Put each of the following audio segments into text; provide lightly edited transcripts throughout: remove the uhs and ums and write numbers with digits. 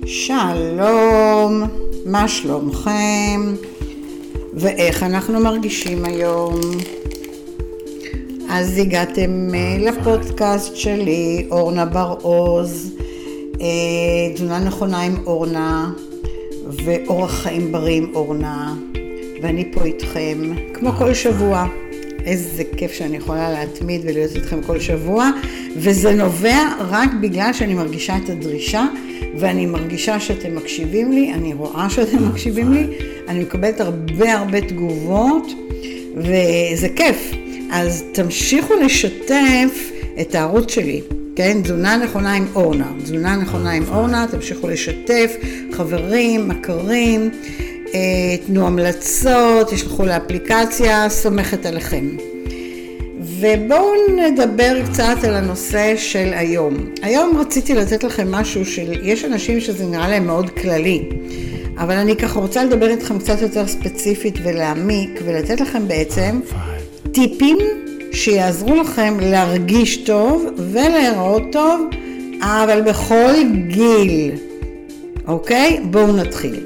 שלום, מה שלומכם? ואיך אנחנו מרגישים היום? אז הגעתם לפודקאסט שלי, אורנה בר-עוז, תזונה נכונה עם אורנה, ואורח חיים בריא עם אורנה, ואני פה איתכם כמו כל שבוע. איזה כיף שאני יכולה להתמיד ולהיות איתכם כל שבוע, וזה נובע רק בגלל שאני מרגישה את הדרישה, ואני מרגישה שאתם מקשיבים לי, אני רואה שאתם מקשיבים לי, אני מקבלת הרבה תגובות, וזה כיף. אז תמשיכו לשתף את הערוץ שלי, כן? תזונה נכונה עם אורנה. תזונה נכונה עם אורנה, תמשיכו לשתף, חברים, מכרים, תנו המלצות, תשלחו לאפליקציה, סומכת עליכם. ובואו נדבר קצת על הנושא של היום. היום רציתי לתת לכם משהו יש אנשים שזה נראה להם מאוד כללי, אבל אני ככה רוצה לדבר איתכם קצת יותר ספציפית ולהעמיק, ולתת לכם בעצם טיפים שיעזרו לכם להרגיש טוב ולהיראות טוב, אבל בכל גיל. אוקיי? בואו נתחיל.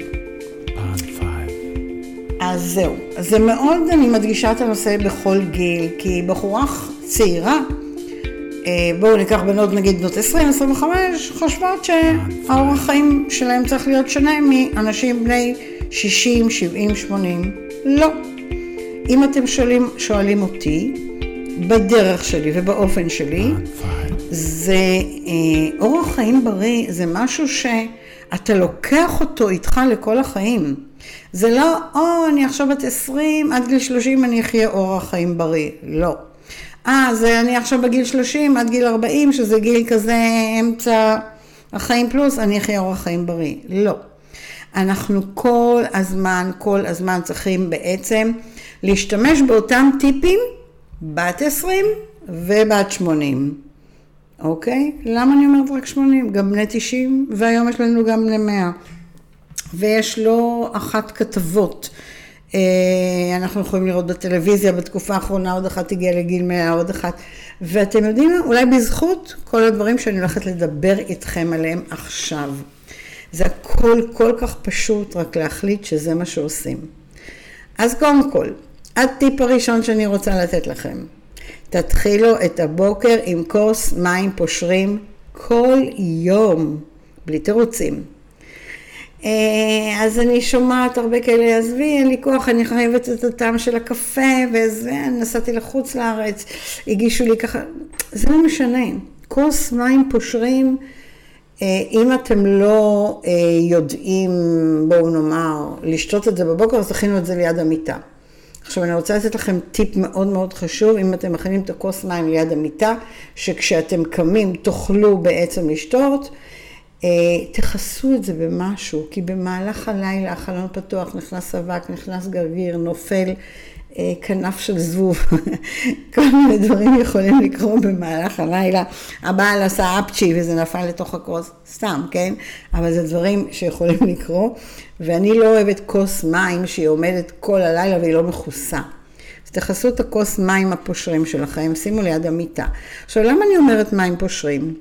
אז זהו, אז זה מאוד, אני מדגישה את הנושא בכל גיל, כי בחורה צעירה, בואו ניקח בנות נגיד בנות 20-25, חושבות שהאורח חיים שלהם צריך להיות שונה מאנשים בני 60, 70, 80. לא. אם אתם שואלים אותי, בדרך שלי ובאופן שלי, זה אורח חיים בריא, זה משהו שאתה לוקח אותו איתך לכל החיים. זה לא, אני עכשיו בת 20, עד גיל 30 אני אחיה אורח חיים בריא. לא. זה אני עכשיו בגיל 30, עד גיל 40, שזה גיל כזה אמצע החיים פלוס, אני אחיה אורח חיים בריא. לא. אנחנו כל הזמן צריכים בעצם להשתמש באותם טיפים, בת 20 ובת 80. אוקיי? למה אני אומרת רק 80? גם בני 90, והיום יש לנו גם בני 100. ויש לו אחת כתבות. אנחנו יכולים לראות בטלוויזיה, בתקופה האחרונה עוד אחת הגיעה לגיל 100, עוד אחת. ואתם יודעים, אולי בזכות כל הדברים שאני הולכת לדבר איתכם עליהם עכשיו. זה הכל כל כך פשוט, רק להחליט שזה מה שעושים. אז קודם כל, הטיפ הראשון שאני רוצה לתת לכם. תתחילו את הבוקר עם כוס מים פושרים כל יום, בלי תירוצים. אז אני שומעת הרבה כאלה, עזבי, אין לי כוח, אני חייבת את הטעם של הקפה, וזה, נסעתי לחוץ לארץ, הגישו לי ככה, זה לא משנה. כוס מים פושרים, אם אתם לא יודעים, בואו נאמר, לשתות את זה בבוקר, אז תכינו את זה ליד המיטה. עכשיו אני רוצה לתת לכם טיפ מאוד חשוב, אם אתם מכינים את הכוס מים ליד המיטה, שכשאתם קמים תוכלו בעצם לשתות, תחסו את זה במשהו, כי במהלך הלילה החלון פתוח, נכנס אבק, נכנס גרגיר, נופל כנף של זבוב, כל מיני דברים יכולים לקרות במהלך הלילה. הבעל עשה אפצ'י וזה נפל לתוך הכוס, סתם, כן? אבל זה דברים שיכולים לקרות, ואני לא אוהבת כוס מים שהיא עומדת כל הלילה והיא לא מכוסה. אז תחסו את הכוס מים הפושרים שלכם, שימו ליד המיטה. עכשיו, למה אני אומרת מים פושרים?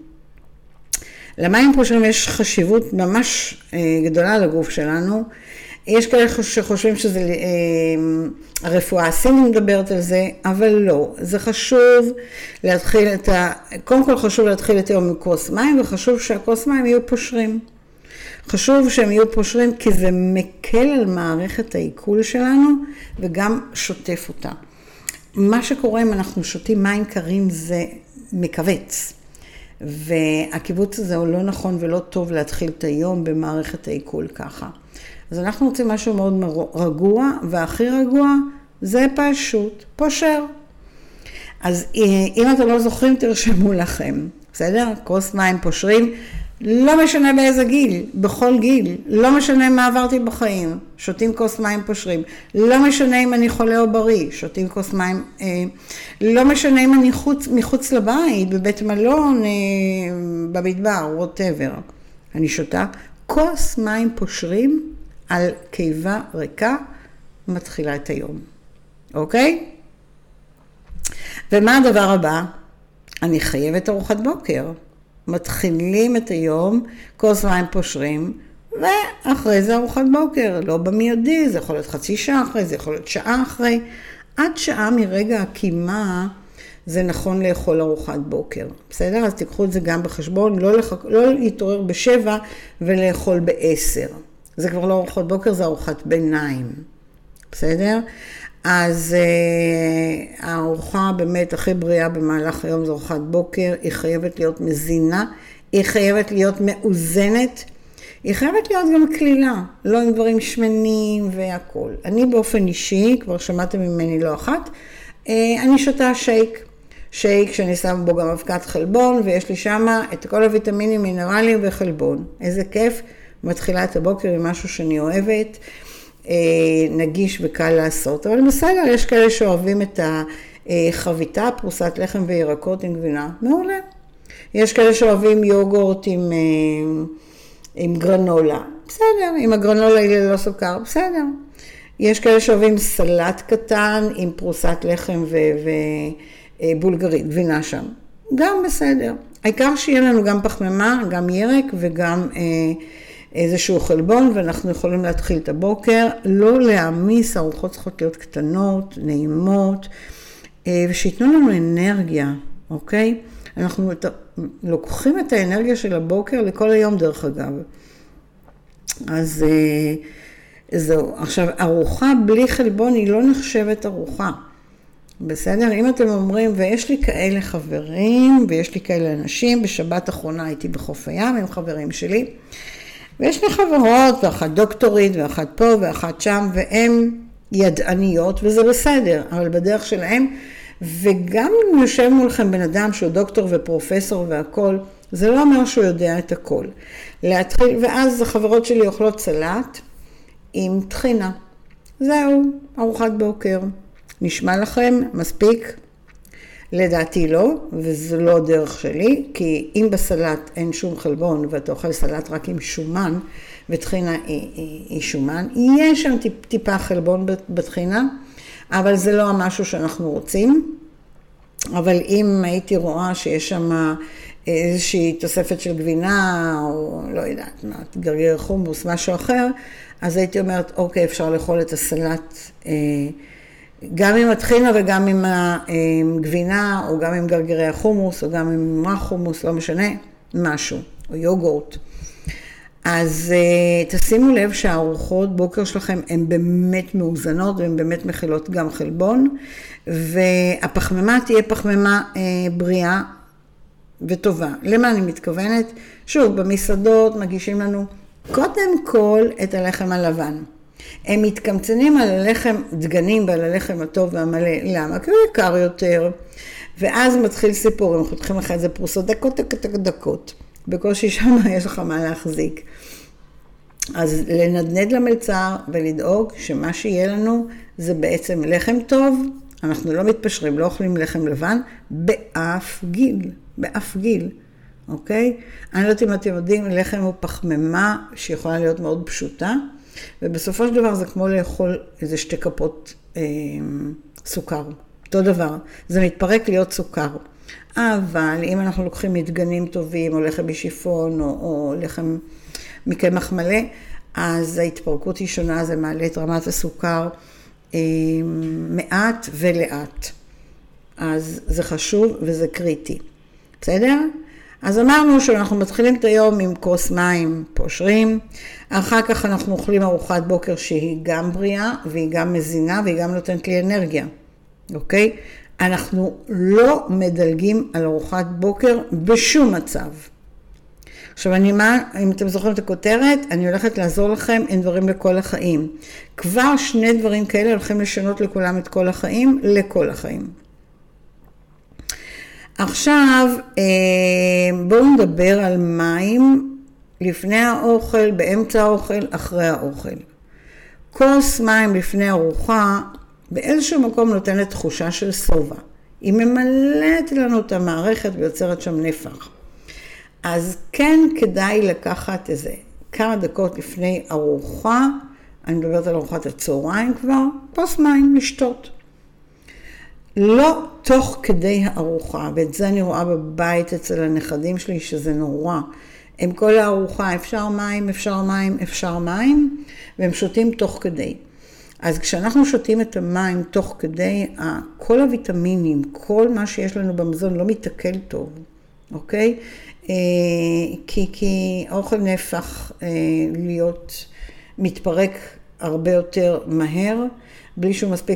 למים פושרים יש חשיבות ממש גדולה לגוף שלנו. יש כאלה שחושבים שזה הרפואה הסינית מדברת על זה, אבל לא. זה חשוב להתחיל קודם כל חשוב להתחיל את היום עם כוס מים, וחשוב שהכוס מים יהיו פושרים. חשוב שהם יהיו פושרים כי זה מקל על מערכת העיכול שלנו, וגם שוטף אותה. מה שקורה אם אנחנו שותים מים קרים זה מכווץ. והקיבוץ הזה הוא לא נכון ולא טוב להתחיל את היום במערכת העיכול ככה. אז אנחנו רוצים משהו מאוד רגוע, והכי רגוע זה פשוט פושר. אז אם אתם לא זוכרים, תרשמו לכם. בסדר? כוס מים פושרים, לא משנה באיזה גיל, בכל גיל, לא משנה מה עברתי בחיים, שותים כוס מים פושרים, לא משנה אם אני חולה או בריא, שותים כוס מים, לא משנה אם אני מחוץ לבית, בבית מלון, במדבר, whatever, אני שותה כוס מים פושרים על קיבה ריקה, מתחילה את היום, אוקיי? ומה הדבר הבא? אני חייבת ארוחת בוקר. מתחילים את היום, כוס מים פושרים, ואחרי זה ארוחת בוקר, לא במיידי, זה יכול להיות חצי שעה אחרי, זה יכול להיות שעה אחרי. עד שעה מרגע הקימה, זה נכון לאכול ארוחת בוקר. בסדר? אז תיקחו את זה גם בחשבון, לא להתעורר ב7 ולאכול ב10. זה כבר לא ארוחת בוקר, זה ארוחת ביניים. בסדר? אז הארוחה באמת הכי בריאה במהלך היום זו ארוחת בוקר, היא חייבת להיות מזינה, היא חייבת להיות מאוזנת, היא חייבת להיות גם כלילה, לא עם דברים שמנים והכל. אני באופן אישי, כבר שמעתם ממני לא אחת, אני שותה שייק שאני שם בו גם אבקת חלבון, ויש לי שם את כל הוויטמינים, מינרלים וחלבון. איזה כיף, מתחילה את הבוקר עם משהו שאני אוהבת, נגיש וקל לעשות. אבל בסדר, יש כאלה שאוהבים את החביתה, פרוסת לחם וירקות עם גבינה, מעולה. יש כאלה שאוהבים יוגורט עם גרנולה, בסדר, עם הגרנולה היא ללא סוכר, בסדר. יש כאלה שאוהבים סלט קטן עם פרוסת לחם ובולגרית, גבינה שם, גם בסדר. העיקר שיהיה לנו גם פחמימה, גם ירק וגם איזשהו חלבון, ואנחנו יכולים להתחיל את הבוקר, לא להעמיס, ארוחות צריכות להיות קטנות, נעימות, ושיתנו לנו אנרגיה, אוקיי? אנחנו לוקחים את האנרגיה של הבוקר לכל היום דרך אגב. אז זהו. עכשיו, ארוחה בלי חלבון היא לא נחשבת ארוחה. בסדר? אם אתם אומרים, ויש לי כאלה חברים, ויש לי כאלה אנשים, בשבת האחרונה הייתי בחוף הים עם חברים שלי, ויש לי חברות, ואחת דוקטורית, ואחת פה, ואחת שם, והן ידעניות, וזה בסדר, אבל בדרך שלהם, וגם אם יושב מולכם בן אדם שהוא דוקטור ופרופסור והכל, זה לא אומר שהוא יודע את הכל. להתחיל, ואז החברות שלי אוכלות סלט עם טחינה. זהו, ארוחת בוקר. נשמע לכם מספיק? לדעתי לא, וזו לא דרך שלי, כי אם בסלט אין שום חלבון, ואתה אוכל סלט רק עם שומן, וטחינה היא שומן, יהיה שם טיפה חלבון בטחינה, אבל זה לא המשהו שאנחנו רוצים. אבל אם הייתי רואה שיש שם איזושהי תוספת של גבינה, או לא יודעת מה, גרגר חומוס, משהו אחר, אז הייתי אומרת, אוקיי, אפשר לאכול את הסלט גם עם הטחינה וגם עם הגבינה, או גם עם גרגרי החומוס, או גם עם חומוס, לא משנה, משהו, או יוגורט. אז תשימו לב שהארוחות בוקר שלכם הן באמת מאוזנות, והן באמת מכילות גם חלבון, והפחמימה תהיה פחמימה בריאה וטובה. למה אני מתכוונת? שוב, במסעדות מגישים לנו קודם כל את הלחם הלבן. הם מתקמצנים על הלחם דגנים ועל הלחם הטוב והמלא. למה? כי הוא יקר יותר. ואז מתחיל סיפור, הם חותכים לך איזה פרוסות דקות. בקושי שם יש לך מה להחזיק. אז לנדנד למלצר ולדאוג שמה שיהיה לנו זה בעצם לחם טוב. אנחנו לא מתפשרים, לא אוכלים לחם לבן באף גיל. אוקיי? אני לא יודעת אם אתם יודעים, לחם הוא פחמימה שיכולה להיות מאוד פשוטה. ובסופו של דבר זה כמו לאכול איזה 2 כפות סוכר. אותו דבר. זה מתפרק להיות סוכר. אבל אם אנחנו לוקחים מדגנים טובים, או לחם בשיפון, או לחם מקמח מלא, אז ההתפרקות היא שונה, זה מעלה את רמת הסוכר מעט ולאט. אז זה חשוב וזה קריטי. בסדר? אז אמרנו שאנחנו מתחילים את היום עם כוס מים פושרים, אחר כך אנחנו אוכלים ארוחת בוקר שהיא גם בריאה, והיא גם מזינה, והיא גם נותנת לי אנרגיה. אוקיי? אנחנו לא מדלגים על ארוחת בוקר בשום מצב. עכשיו, אם אתם זוכרים את הכותרת, אני הולכת לעזור לכם עם דברים לכל החיים. כבר 2 דברים כאלה הולכים לשנות לכולם את כל החיים, לכל החיים. עכשיו, בואו נדבר על מים לפני האוכל, באמצע האוכל, אחרי האוכל. כוס מים לפני ארוחה, באיזשהו מקום נותנת תחושה של סובה. היא ממלאת לנו את המערכת ויוצרת שם נפח. אז כן כדאי לקחת איזה כמה דקות לפני ארוחה, אני מדברת על ארוחת הצהריים כבר, כוס מים לשתות. לא תוך כדי הארוחה, ואת זה אני רואה בבית אצל הנכדים שלי שזה נורא. הם כל הארוחה, אפשר מים, אפשר מים, אפשר מים, והם שותים תוך כדי. אז כשאנחנו שותים את המים תוך כדי, כל הוויטמינים, כל מה שיש לנו במזון לא מתעכל טוב, אוקיי? כי האוכל נהפך להיות מתפרק הרבה יותר מהר, בלי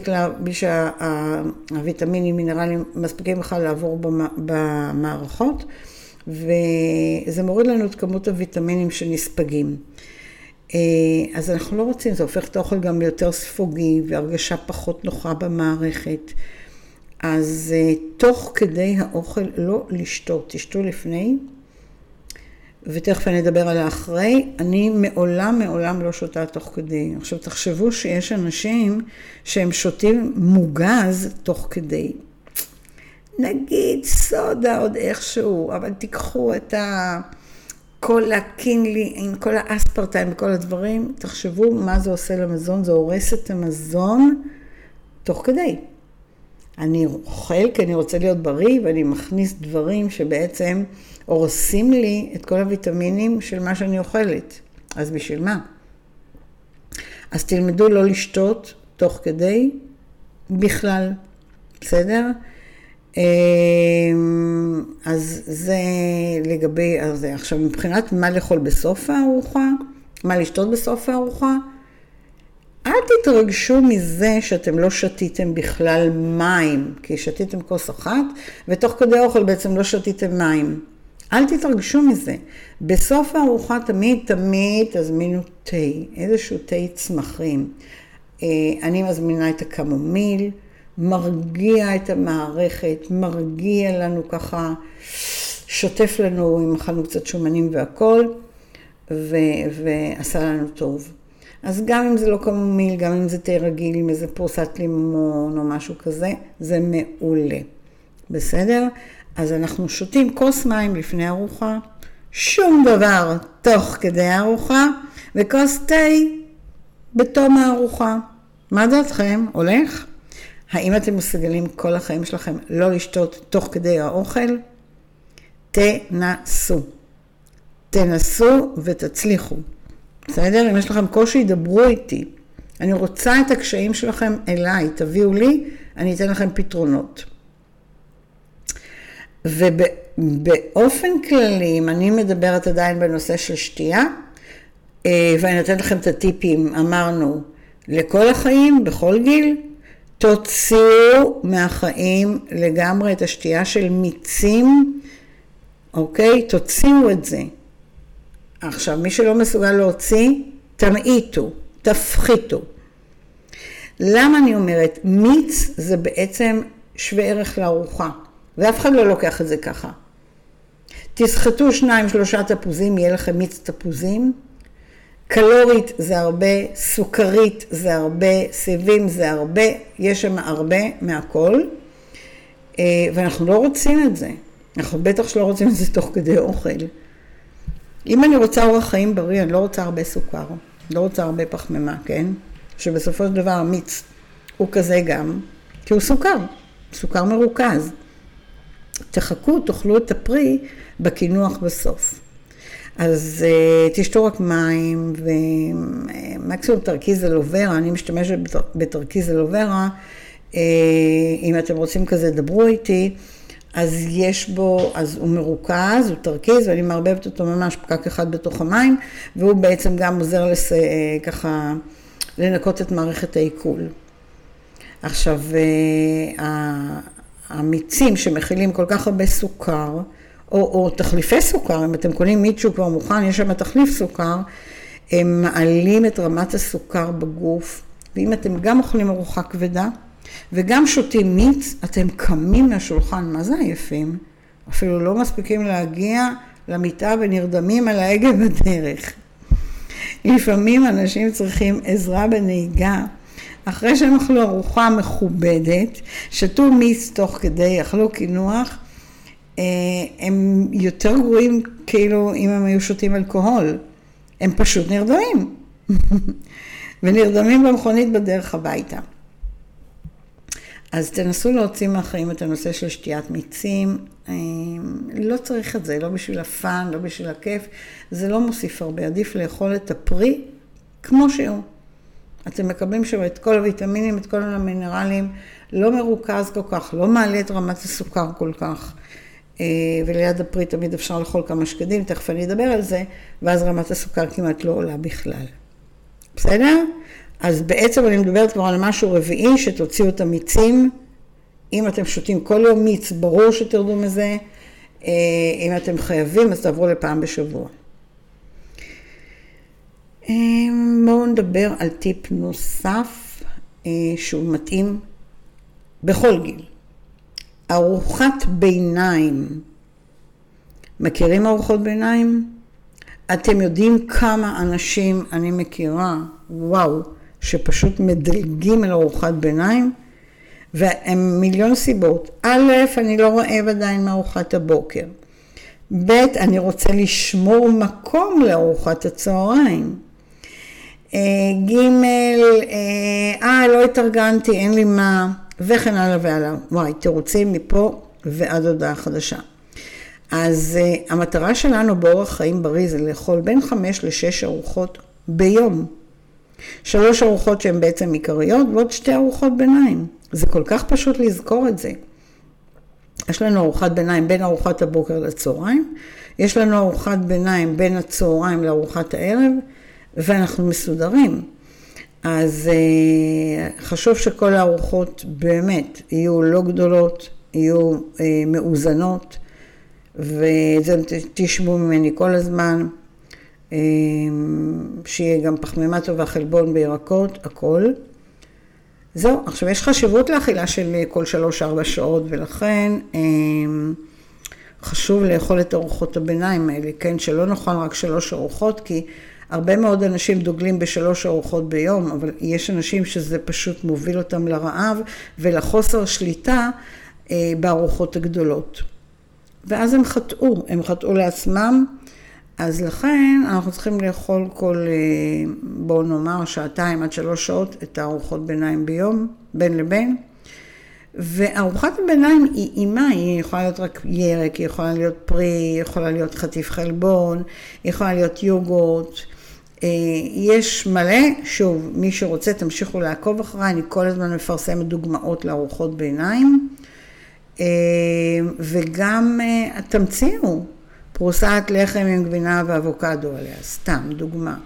שהוויטמינים, מינרלים מספיקים בכלל לעבור במערכות, וזה מוריד לנו את כמות הוויטמינים שנספגים. אז אנחנו לא רוצים, זה הופך את האוכל גם ליותר ספוגי, והרגשה פחות נוחה במערכת. אז תוך כדי האוכל לא לשתות, תשתו לפני, ותכף אני אדבר על האחרי. אני מעולם לא שותה תוך כדי. עכשיו תחשבו שיש אנשים שהם שותים מוגז תוך כדי. נגיד סודה עוד איכשהו, אבל תיקחו את כל הקינלי, עם כל האספרטיים וכל הדברים, תחשבו מה זה עושה למזון, זה הורס את המזון תוך כדי. אני אוכל כי אני רוצה להיות בריא, ואני מכניס דברים שבעצם הורסים לי את כל הוויטמינים של מה שאני אוכלת. אז בשביל מה? אז תלמדו לא לשתות תוך כדי בכלל, בסדר? אז זה לגבי זה. עכשיו, מבחינת מה לאכול בסוף הארוחה, מה לשתות בסוף הארוחה, אל תתרגשו מזה שאתם לא שתיתם בכלל מים, כי שתיתם כוס אחת, ותוך כדי אוכל בעצם לא שתיתם מים. אל תתרגשו מזה. בסוף הארוחה תמיד תזמינו תה, איזשהו תה צמחים. אני מזמינה את הקמומיל, מרגיע את המערכת, מרגיע לנו ככה, שוטף לנו עם אכלנו קצת שומנים והכל, ועשה לנו טוב. אז גם אם זה לא קמומיל, גם אם זה תה רגיל, עם איזה פרוסת לימון או משהו כזה, זה מעולה. בסדר? אז אנחנו שותים כוס מים לפני ארוחה, שום דבר תוך כדי ארוחה, וכוס תה בתום הארוחה. מה דעתכם? הולך? האם אתם מסוגלים כל החיים שלכם לא לשתות תוך כדי האוכל? תנסו ותצליחו. בסדר? אם יש לכם קושי, דברו איתי. אני רוצה את הקשיים שלכם אליי, תביאו לי, אני אתן לכם פתרונות. ובאופן כללי, אם אני מדברת עדיין בנושא של שתייה, ואני נותנת לכם את הטיפים, אמרנו, לכל החיים, בכל גיל, תוציאו מהחיים לגמרי את השתייה של מיצים, אוקיי? תוציאו את זה. עכשיו, מי שלא מסוגל להוציא, תמעיטו, תפחיתו. למה אני אומרת? מיץ זה בעצם שווה ערך לארוחה, ואף אחד לא לוקח את זה ככה. תסחטו 2-3 תפוזים, יהיה לכם מיץ תפוזים. קלורית זה הרבה, סוכרית זה הרבה, סיבים זה הרבה, יש שם הרבה מהכל, ואנחנו לא רוצים את זה. אנחנו בטח שלא רוצים את זה תוך כדי אוכל. אם אני רוצה אורח חיים בריא, אני לא רוצה הרבה סוכר, לא רוצה הרבה פחמימה, כן? שבסופו של דבר המיץ הוא כזה גם, כי הוא סוכר מרוכז. תחכו, תאכלו את הפרי בקינוח בסוף. אז תשתו רק מים, ומקסימום תרכיז אלוברה, אני משתמשת בתרכיז אלוברה, אם אתם רוצים כזה דברו איתי, אז יש בו, אז הוא מרוכז, הוא תרכיז, ואני מערבבת אותו ממש פקק אחד בתוך המים, והוא בעצם גם עוזר ככה לנקות את מערכת העיכול. עכשיו, המיצים שמכילים כל כך הרבה סוכר, או תחליפי סוכר, אם אתם קונים מיץ שהוא כבר מוכן, יש שם תחליף סוכר, הם מעלים את רמת הסוכר בגוף, ואם אתם גם אוכלים ארוחה כבדה, וגם שותים מיץ, אתם קמים מהשולחן, מה זה עייפים? אפילו לא מספיקים להגיע למיטה ונרדמים על ההגה בדרך. לפעמים אנשים צריכים עזרה בנהיגה, אחרי שהם אכלו ארוחה מכובדת, שתו מיץ תוך כדי, אכלו קינוח, הם יותר גרועים כאילו אם הם היו שותים אלכוהול. הם פשוט נרדמים. ונרדמים במכונית בדרך הביתה. אז תנסו להוציא מהחיים את הנושא של שתיית מיצים, לא צריך את זה, לא בשביל הפן, לא בשביל הכיף, זה לא מוסיף הרבה, עדיף לאכול את הפרי כמו שהוא. אתם מקבלים שם את כל הוויטמינים, את כל המינרלים, לא מרוכז כל כך, לא מעלה את רמת הסוכר כל כך, וליד הפרי תמיד אפשר לאכול כמה שקדים, תכף אני אדבר על זה, ואז רמת הסוכר כמעט לא עולה בכלל. בסדר? אז בעצם אני מדברת כבר על משהו רביעי, שתוציאו את המיצים. אם אתם שותים כל יום מיץ, ברור שתרדו מזה. אם אתם חייבים, אז תעברו לפעם בשבוע. בואו נדבר על טיפ נוסף, שהוא מתאים בכל גיל. ארוחת ביניים. מכירים ארוחות ביניים? אתם יודעים כמה אנשים אני מכירה, וואו, שפשוט מדלגים על ארוחת ביניים, והם מיליון סיבות. א', אני לא רעב עדיין מארוחת הבוקר. ב', אני רוצה לשמור מקום לארוחת הצהריים. ג', לא התארגנתי, אין לי מה, וכן הלאה והלאה. וואי, תירוצים מפה ועד הודעה חדשה. אז המטרה שלנו באורח חיים בריא זה לאכול בין 5 ל-6 ארוחות ביום. 3 ארוחות שהן בעצם עיקריות ועוד 2 ארוחות ביניים. זה כל כך פשוט לזכור את זה. יש לנו ארוחת ביניים בין ארוחת הבוקר לצהריים, יש לנו ארוחת ביניים בין הצהריים לארוחת הערב, ואנחנו מסודרים. אז חשוב שכל הארוחות באמת יהיו לא גדולות, יהיו מאוזנות, וזה תשמעו ממני כל הזמן, שיהיה גם פחמימה טובה, חלבון בירקות, הכל. זהו, עכשיו יש חשיבות לאכילה של כל 3-4 שעות, ולכן חשוב לאכול את ארוחות הביניים האלה, כן, שלא נאכל רק 3 ארוחות, כי הרבה מאוד אנשים דוגלים ב3 ארוחות ביום, אבל יש אנשים שזה פשוט מוביל אותם לרעב ולחוסר שליטה בארוחות הגדולות. ואז הם חטאו לעצמם, אז לכן אנחנו צריכים לאכול בואו נאמר, 2 עד 3 שעות את הארוחות ביניים ביום, בין לבין. וארוחת הביניים היא מה? היא יכולה להיות רק ירק, היא יכולה להיות פרי, היא יכולה להיות חטיף חלבון, היא יכולה להיות יוגורט. יש מלא, שוב, מי שרוצה תמשיכו לעקוב אחריי, אני כל הזמן מפרסמת דוגמאות לארוחות ביניים. וגם תמציאו פרוסת לחם עם גבינה ואבוקדו עליה, סתם דוגמה.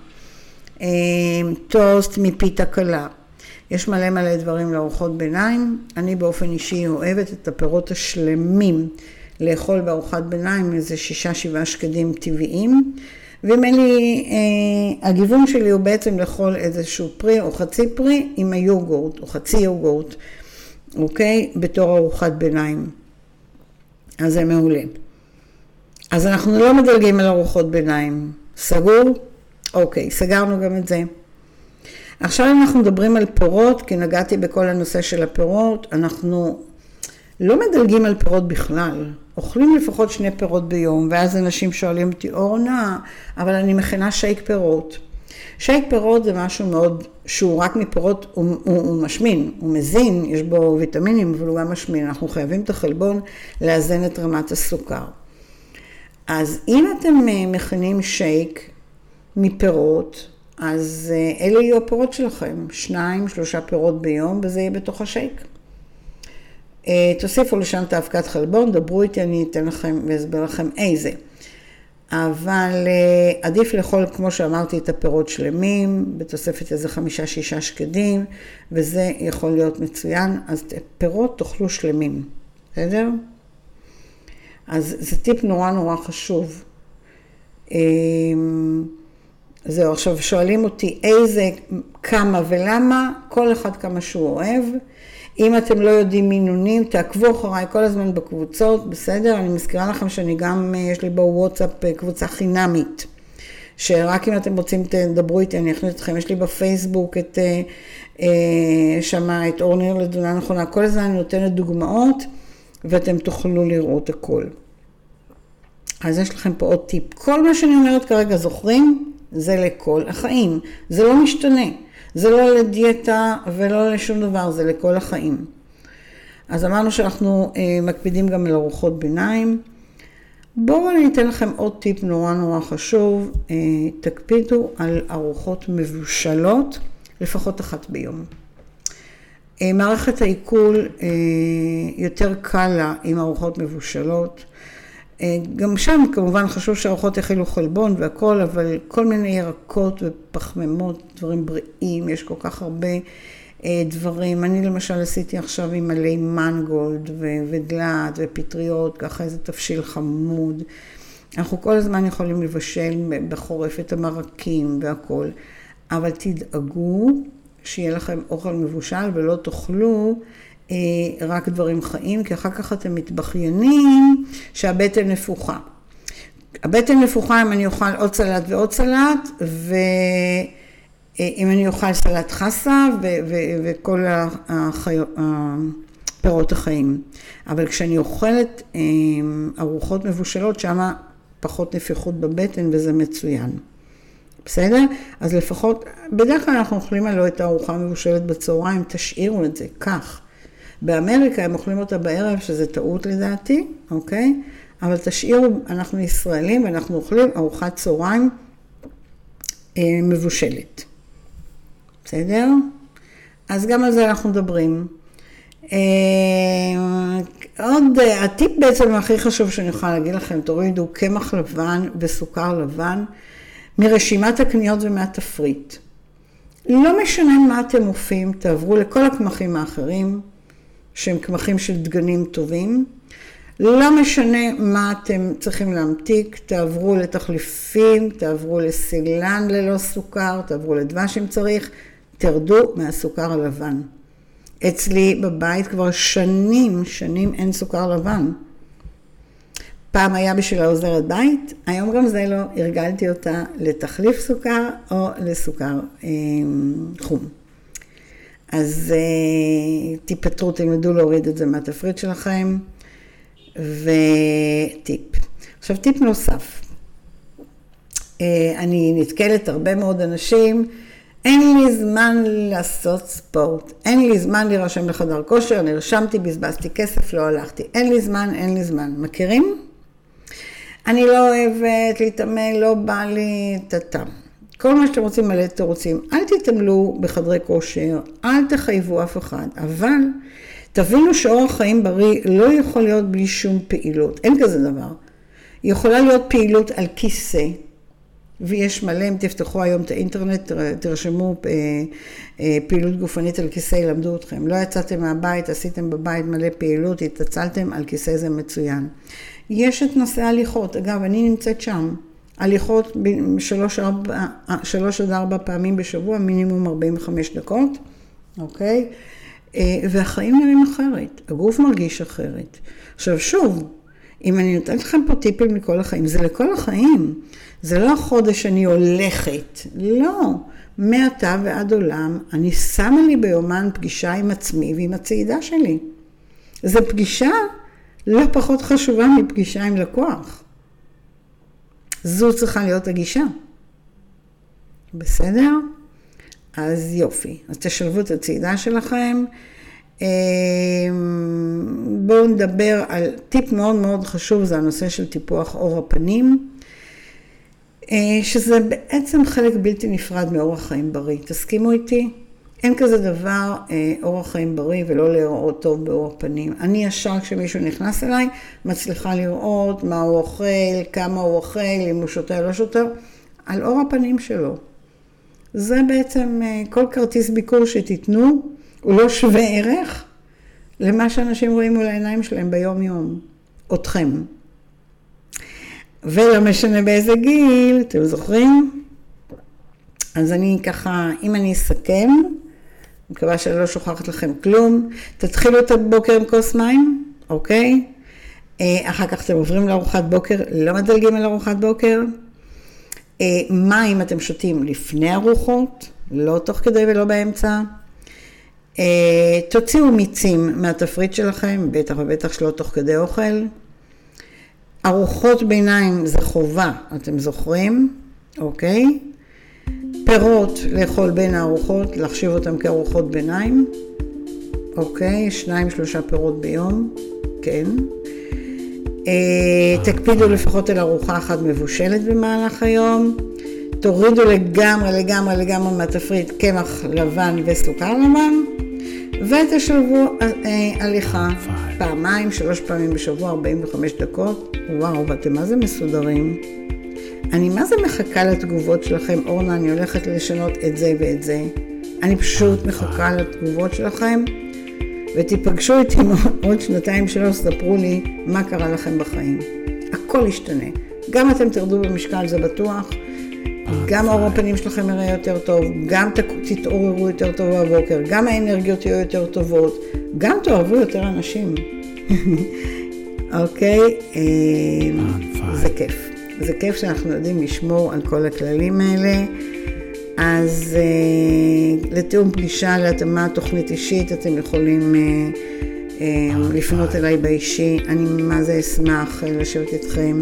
טוסט מפיתה קלה. יש מלא דברים לארוחות ביניים. אני באופן אישי אוהבת את הפירות השלמים לאכול בארוחת ביניים, איזה 6-7 שקדים טבעיים. ואם אין לי, הגיוון שלי הוא בעצם לאכול איזשהו פרי או חצי פרי עם היוגורט או חצי יוגורט. אוקיי? בתור ארוחת ביניים. אז זה מעולה. אז אנחנו לא מדלגים על ארוחות ביניים. סגור? אוקיי, סגרנו גם את זה. עכשיו אנחנו מדברים על פירות, כי נגעתי בכל הנושא של הפירות. אנחנו לא מדלגים על פירות בכלל. אוכלים לפחות 2 פירות ביום, ואז אנשים שואלים אותי, אורנה, אבל אני מכינה שייק פירות. שייק פירות זה משהו מאוד, שהוא רק מפירות, הוא משמין, הוא מזין, יש בו ויטמינים, אבל הוא גם משמין. אנחנו חייבים את החלבון לאזן את רמת הסוכר. אז אם אתם מכינים שייק מפירות, אז אלה יהיו הפירות שלכם, 2-3 פירות ביום, וזה יהיה בתוך השייק. תוסיפו לשם את האבקת חלבון, דברו איתי, אני אתן לכם ואסבר לכם איזה. אבל עדיף לאכול, כמו שאמרתי, את הפירות שלמים, בתוספת איזה 5-6 שקדים, וזה יכול להיות מצוין. אז פירות תאכלו שלמים, בסדר? אז זה טיפ נורא חשוב. זהו, עכשיו שואלים אותי איזה, כמה ולמה, כל אחד כמה שהוא אוהב. אם אתם לא יודעים מינונים, תעקבו אחריי כל הזמן בקבוצות, בסדר? אני מזכירה לכם שאני גם, יש לי בוואטסאפ קבוצה חינמית, שרק אם אתם רוצים תדברו איתי, אני אכניס אתכם. יש לי בפייסבוק שמה את אורניר לתזונה נכונה, כל הזמן אני נותנת דוגמאות, ואתם תוכלו לראות הכל. אז יש לכם פה עוד טיפ. כל מה שאני אומרת כרגע זוכרים, זה לכל החיים. זה לא משתנה. זה לא לדיאטה ולא לשום דבר, זה לכל החיים. אז אמרנו שאנחנו מקפידים גם על ארוחות ביניים. בואו אני אתן לכם עוד טיפ נורא נורא חשוב, תקפידו על ארוחות מבושלות, לפחות אחת ביום. מערכת העיכול יותר קלה עם ארוחות מבושלות. גם שם כמובן חשוב שהארוחות יכילו חלבון והכל, אבל כל מיני ירקות ופחמימות, דברים בריאים, יש כל כך הרבה דברים. אני למשל עשיתי עכשיו עם מלא מנגולד ודלת ופטריות, ככה איזה תבשיל חמוד. אנחנו כל הזמן יכולים לבשל בחורף את המרקים והכל, אבל תדאגו שיהיה לכם אוכל מבושל ולא תאכלו רק דברים חיים, כי אחר כך אתם מתבחיינים שהבטן נפוחה. הבטן נפוחה אם אני אוכל עוד סלט ועוד סלט, ואם אני אוכל סלט חסה וכל פירות החיים. אבל כשאני אוכלת ארוחות מבושלות, שמה פחות נפיחות בבטן וזה מצוין. בסדר? אז לפחות, בדרך כלל אנחנו אוכלים עלו את הארוחה מבושלת בצהריים, תשאירו את זה כך. באמריקה הם אוכלים אותה בערב, שזה טעות לדעתי, אוקיי? אבל תשאירו, אנחנו ישראלים ואנחנו אוכלים ארוחת צהריים מבושלת. בסדר? אז גם על זה אנחנו מדברים. עוד, הטיפ בעצם הכי חשוב שאני יכולה להגיד לכם, תורידו קמח לבן וסוכר לבן מרשימת הקניות ומהתפריט. לא משנה מה אתם אופים, תעברו לכל הקמחים האחרים, שהם קמחים של דגנים טובים. לא משנה מה אתם צריכים להמתיק, תעברו לתחליפים, תעברו לסילן ללא סוכר, תעברו לדבש אם צריך, תרדו מהסוכר הלבן. אצלי בבית כבר שנים אין סוכר לבן. פעם היה בשביל העוזרת בית, היום גם זה לא, הרגלתי אותה לתחליף סוכר או לסוכר חום. אז תיפטרו, תלמדו להוריד את זה מהתפריט שלכם. וטיפ. עכשיו טיפ נוסף. אני נתקלת הרבה מאוד אנשים, אין לי זמן לעשות ספורט, אין לי זמן להירשם לחדר כושר, נרשמתי, בזבזתי כסף, לא הלכתי, אין לי זמן. מכירים? אני לא אוהבת להתאמן, לא בא לי, תתם. כל מה שאתם רוצים מלא תירוצים, אל תתאמלו בחדרי כושר, אל תחייבו אף אחד, אבל תבינו שאורח חיים בריא לא יכול להיות בלי שום פעילות, אין כזה דבר. יכולה להיות פעילות על כיסא, ויש מלא, אם תפתחו היום את האינטרנט, תרשמו פעילות גופנית על כיסא, ילמדו אתכם. לא יצאתם מהבית, עשיתם בבית מלא פעילות, התעצלתם על כיסא, זה מצוין. יש את נושא ההליכות, אגב, אני נמצאת שם. הליכות 3 עד 4 פעמים בשבוע, מינימום 45 דקות, אוקיי? והחיים נראים אחרת, הגוף מרגיש אחרת. עכשיו שוב, אם אני נותנת לכם פה טיפים לכל החיים, זה לכל החיים. זה לא החודש אני הולכת, לא. מעתה ועד עולם, אני שמה לי ביומן פגישה עם עצמי ועם הצעידה שלי. זו פגישה לא פחות חשובה מפגישה עם לקוח. זו צריכה להיות הגישה. בסדר? אז יופי. אז תשלבו את הצעידה שלכם. בואו נדבר על טיפ מאוד מאוד חשוב, זה הנושא של טיפוח עור הפנים, שזה בעצם חלק בלתי נפרד מאורח חיים בריא. תסכימו איתי? אין כזה דבר אורח חיים בריא ולא לראות טוב בעור הפנים. אני ישר כשמישהו נכנס אליי, מצליחה לראות מה הוא אוכל, כמה הוא אוכל, אם הוא שותה או לא שותה, על עור הפנים שלו. זה בעצם כל כרטיס ביקור שתיתנו, הוא לא שווה ערך למה שאנשים רואים מול העיניים שלהם ביום יום. אתכם. ולא משנה באיזה גיל, אתם זוכרים? אז אני ככה, אם אני אסכם, אני מקווה שאני לא שוכחת לכם כלום, תתחילו את הבוקר עם כוס מים, אוקיי? אחר כך אתם עוברים לארוחת בוקר, לא מדלגים על ארוחת בוקר. מים אתם שותים לפני ארוחות, לא תוך כדי ולא באמצע. תוציאו מיצים מהתפריט שלכם, בטח ובטח שלא תוך כדי אוכל. ארוחות ביניים זה חובה, אתם זוכרים, אוקיי? פירות לאכול בין הארוחות, להחשיב אותם כארוחות ביניים, אוקיי, 2-3 פירות ביום, כן. תקפידו לפחות על ארוחה אחת מבושלת במהלך היום. תורידו לגמרי מהתפריט קמח לבן וסוכר לבן. ותשלבו הליכה 2-3 פעמים בשבוע, 45 דקות. וואו, ואתם מה זה מסודרים. אני מה זה מחכה לתגובות שלכם, אורנה, אני הולכת לשנות את זה ואת זה. אני פשוט מחכה לתגובות שלכם, ותיפגשו איתי עוד 2-3, ספרו לי מה קרה לכם בחיים. הכל ישתנה. גם אתם תרדו במשקל, זה בטוח. גם האור הפנים שלכם יראה יותר טוב, גם תתעוררו יותר טוב בבוקר, גם האנרגיות יהיו יותר טובות, גם תאהבו יותר אנשים. אוקיי? זה כיף. זה כיף שאנחנו יודעים לשמור על כל הכללים האלה. אז לתיאום פגישה, להתאמה תוכנית אישית, אתם יכולים לפנות אליי באישי. אני מה זה אשמח לשבת איתכם.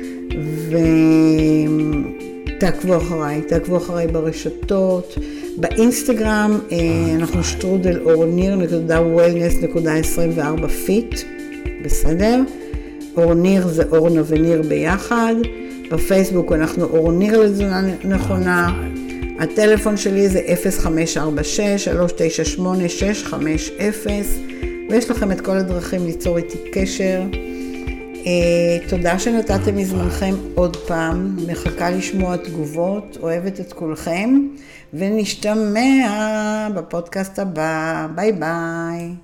תעקבו אחריי ברשתות. באינסטגרם אנחנו strudel.ornir.wellness.24fit. בסדר? אורניר זה אורנה וניר ביחד. בפייסבוק אנחנו אורניר לתזונה נכונה. הטלפון שלי זה 0546-398-650, ויש לכם את כל הדרכים ליצור איתי קשר. תודה שנתתם מזמנכם עוד פעם, מחכה לשמוע תגובות, אוהבת את כולכם, ונשתמע בפודקאסט הבא. ביי ביי.